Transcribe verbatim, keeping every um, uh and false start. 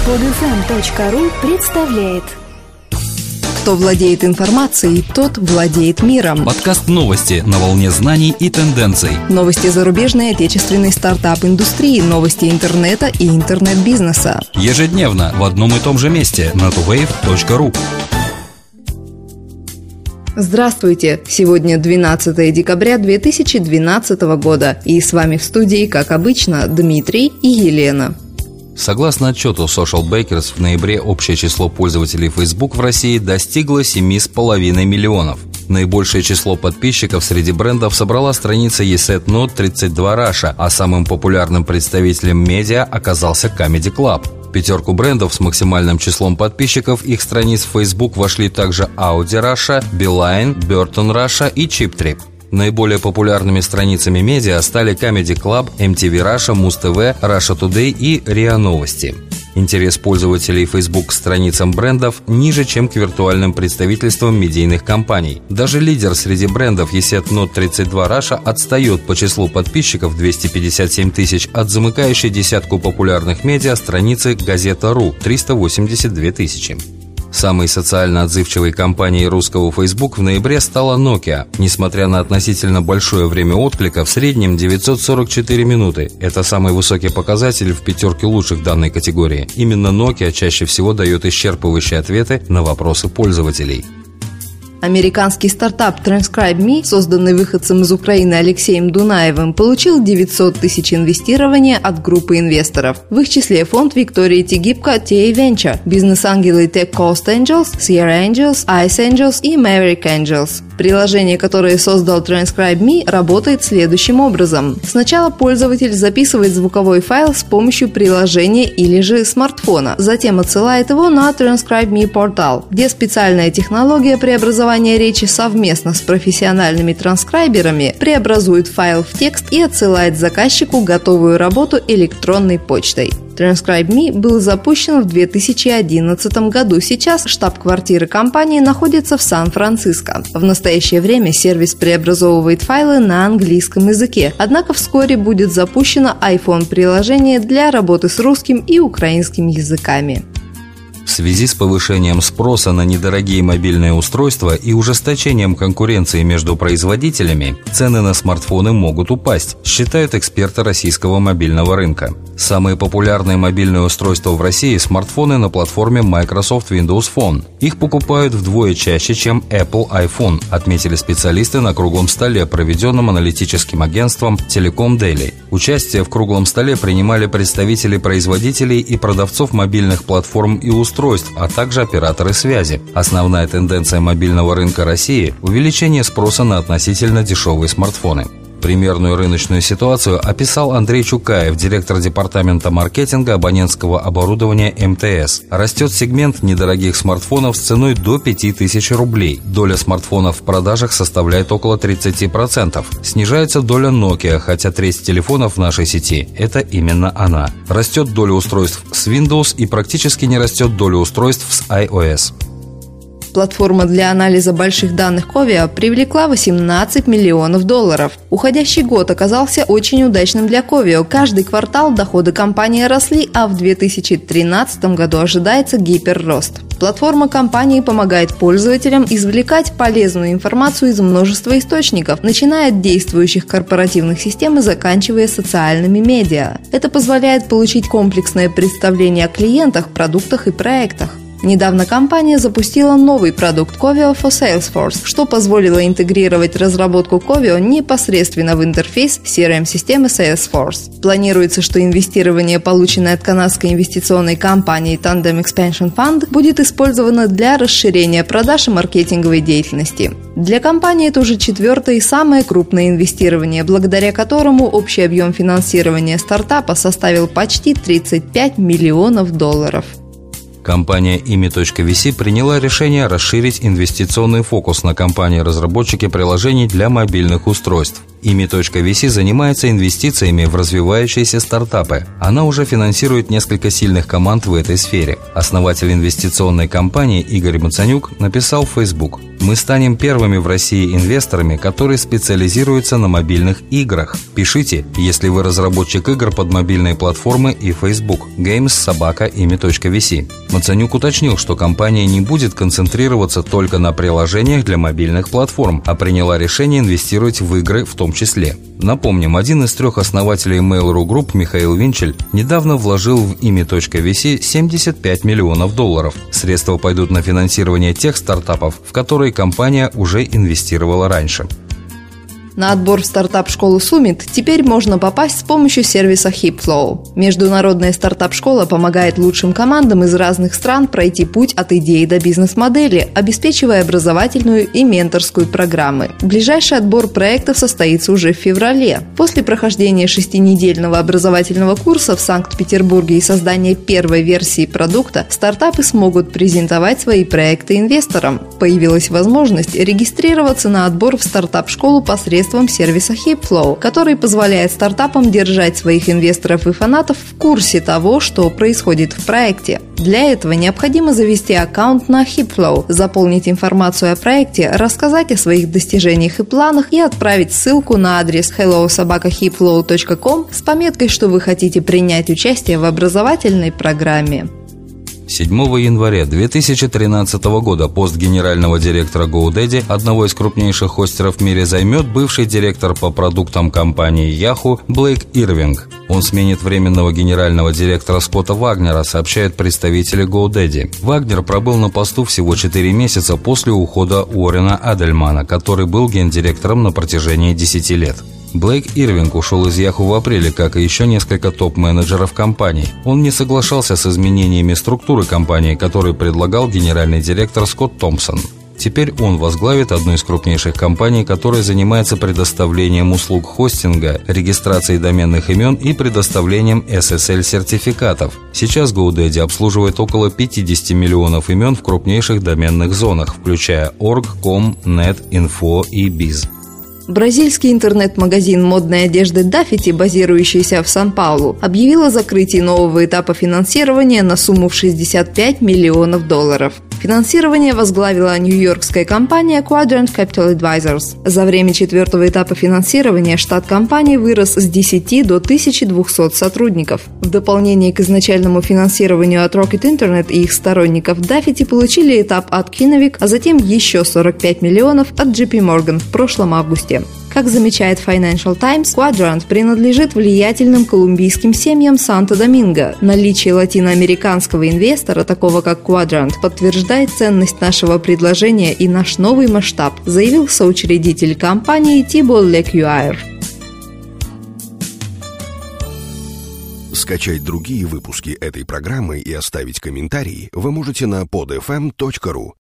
под эф эм точка ру представляет. Кто владеет информацией, тот владеет миром. Подкаст «Новости» на волне знаний и тенденций. Новости зарубежной и отечественной стартап-индустрии, новости интернета и интернет-бизнеса. Ежедневно в одном и том же месте на ту вейв точка ру. Здравствуйте! Сегодня двенадцатое декабря две тысячи двенадцатого года, и с вами в студии, как обычно, Дмитрий и Елена. Согласно отчету Social Bakers, в ноябре общее число пользователей Facebook в России достигло семь с половиной миллионов. Наибольшее число подписчиков среди брендов собрала страница Есет Нот тридцать два Russia, а самым популярным представителем медиа оказался Comedy Club. В пятерку брендов с максимальным числом подписчиков их страниц в Facebook вошли также Audi Russia, Beeline, Burton Russia и Chip Trip. Наиболее популярными страницами медиа стали Comedy Club, эм ти ви Russia, Муз-ТВ, Russia Today и РИА Новости. Интерес пользователей Facebook к страницам брендов ниже, чем к виртуальным представительствам медийных компаний. Даже лидер среди брендов Есет Нот тридцать два Russia отстает по числу подписчиков двести пятьдесят семь тысяч от замыкающей десятку популярных медиа страницы Газета.ру триста восемьдесят две тысячи. Самой социально отзывчивой компанией русского Facebook в ноябре стала Nokia. Несмотря на относительно большое время отклика, в среднем девятьсот сорок четыре минуты. Это самый высокий показатель в пятерке лучших данной категории. Именно Nokia чаще всего дает исчерпывающие ответы на вопросы пользователей. Американский стартап TranscribeMe, созданный выходцем из Украины Алексеем Дунаевым, получил девятьсот тысяч инвестирования от группы инвесторов. В их числе фонд Виктории Тегибко ти эй Venture, бизнес-ангелы Tech Coast Angels, Sierra Angels, Ice Angels и Maverick Angels. Приложение, которое создал TranscribeMe, работает следующим образом. Сначала пользователь записывает звуковой файл с помощью приложения или же смартфона, затем отсылает его на TranscribeMe портал, где специальная технология преобразования речи совместно с профессиональными транскрайберами преобразует файл в текст и отсылает заказчику готовую работу электронной почтой. TranscribeMe был запущен в две тысячи одиннадцатом году. Сейчас штаб-квартира компании находится в Сан-Франциско. В настоящее время сервис преобразовывает файлы на английском языке, однако вскоре будет запущено iPhone-приложение для работы с русским и украинским языками. В связи с повышением спроса на недорогие мобильные устройства и ужесточением конкуренции между производителями, цены на смартфоны могут упасть, считают эксперты российского мобильного рынка. Самые популярные мобильные устройства в России – смартфоны на платформе Microsoft Windows Phone. Их покупают вдвое чаще, чем Apple iPhone, отметили специалисты на круглом столе, проведенном аналитическим агентством Telecom Daily. Участие в круглом столе принимали представители производителей и продавцов мобильных платформ и устройств, а также операторы связи. Основная тенденция мобильного рынка России – увеличение спроса на относительно дешевые смартфоны. Примерную рыночную ситуацию описал Андрей Чукаев, директор департамента маркетинга абонентского оборудования эм тэ эс. Растет сегмент недорогих смартфонов с ценой до пяти тысяч рублей. Доля смартфонов в продажах составляет около тридцати процентов. Снижается доля Nokia, хотя треть телефонов в нашей сети – это именно она. Растет доля устройств с Windows и практически не растет доля устройств с iOS. Платформа для анализа больших данных Coveo привлекла восемнадцать миллионов долларов. Уходящий год оказался очень удачным для Coveo. Каждый квартал доходы компании росли, а в две тысячи тринадцатом году ожидается гиперрост. Платформа компании помогает пользователям извлекать полезную информацию из множества источников, начиная от действующих корпоративных систем и заканчивая социальными медиа. Это позволяет получить комплексное представление о клиентах, продуктах и проектах. Недавно компания запустила новый продукт Coveo for Salesforce, что позволило интегрировать разработку Coveo непосредственно в интерфейс си ар эм-системы Salesforce. Планируется, что инвестирование, полученное от канадской инвестиционной компании Tandem Expansion Fund, будет использовано для расширения продаж и маркетинговой деятельности. Для компании это уже четвертое и самое крупное инвестирование, благодаря которому общий объем финансирования стартапа составил почти тридцать пять миллионов долларов. Компания ими точка ви си приняла решение расширить инвестиционный фокус на компании-разработчики приложений для мобильных устройств. ими.ви си занимается инвестициями в развивающиеся стартапы. Она уже финансирует несколько сильных команд в этой сфере. Основатель инвестиционной компании Игорь Мацанюк написал в Facebook: «Мы станем первыми в России инвесторами, которые специализируются на мобильных играх. Пишите, если вы разработчик игр под мобильные платформы и Facebook. games собака ими.ви си». Мацанюк уточнил, что компания не будет концентрироваться только на приложениях для мобильных платформ, а приняла решение инвестировать в игры в том числе. Напомним, один из трех основателей Mail.ru Group Михаил Винчель недавно вложил в ими.ви си семьдесят пять миллионов долларов. Средства пойдут на финансирование тех стартапов, в которые компания уже инвестировала раньше. На отбор в стартап-школу Summit теперь можно попасть с помощью сервиса HipFlow. Международная стартап-школа помогает лучшим командам из разных стран пройти путь от идеи до бизнес-модели, обеспечивая образовательную и менторскую программы. Ближайший отбор проектов состоится уже в феврале. После прохождения шестинедельного образовательного курса в Санкт-Петербурге и создания первой версии продукта, стартапы смогут презентовать свои проекты инвесторам. Появилась возможность регистрироваться на отбор в стартап-школу посредством сервиса HipFlow, который позволяет стартапам держать своих инвесторов и фанатов в курсе того, что происходит в проекте. Для этого необходимо завести аккаунт на HipFlow, заполнить информацию о проекте, рассказать о своих достижениях и планах и отправить ссылку на адрес hello собака hipflow точка ком с пометкой, что вы хотите принять участие в образовательной программе. седьмого января две тысячи тринадцатого года пост генерального директора GoDaddy, одного из крупнейших хостеров в мире, займет бывший директор по продуктам компании Yahoo Блейк Ирвинг. Он сменит временного генерального директора Скотта Вагнера, сообщают представители GoDaddy. Вагнер пробыл на посту всего четыре месяца после ухода Уоррена Адельмана, который был гендиректором на протяжении десяти лет. Блейк Ирвинг ушел из Yahoo в апреле, как и еще несколько топ-менеджеров компании. Он не соглашался с изменениями структуры компании, которые предлагал генеральный директор Скотт Томпсон. Теперь он возглавит одну из крупнейших компаний, которая занимается предоставлением услуг хостинга, регистрацией доменных имен и предоставлением эс эс эль-сертификатов. Сейчас GoDaddy обслуживает около пятьдесят миллионов имен в крупнейших доменных зонах, включая org, com, net, info и biz. Бразильский интернет-магазин модной одежды Dafiti, базирующийся в Сан-Паулу, объявил о закрытии нового этапа финансирования на сумму в шестьдесят пять миллионов долларов. Финансирование возглавила нью-йоркская компания Quadrant Capital Advisors. За время четвертого этапа финансирования штат компании вырос с десяти до тысячи двухсот сотрудников. В дополнение к изначальному финансированию от Rocket Internet и их сторонников, Dafiti получили этап от Kinnevik, а затем еще сорок пять миллионов от джей пи Morgan в прошлом августе. Как замечает Financial Times, Quadrant принадлежит влиятельным колумбийским семьям Санто-Доминго. Наличие латиноамериканского инвестора, такого как Quadrant, подтверждает ценность нашего предложения и наш новый масштаб, заявил соучредитель компании Тибо Лекюайр. Скачать другие выпуски этой программы и оставить комментарии вы можете на под эф эм точка ру.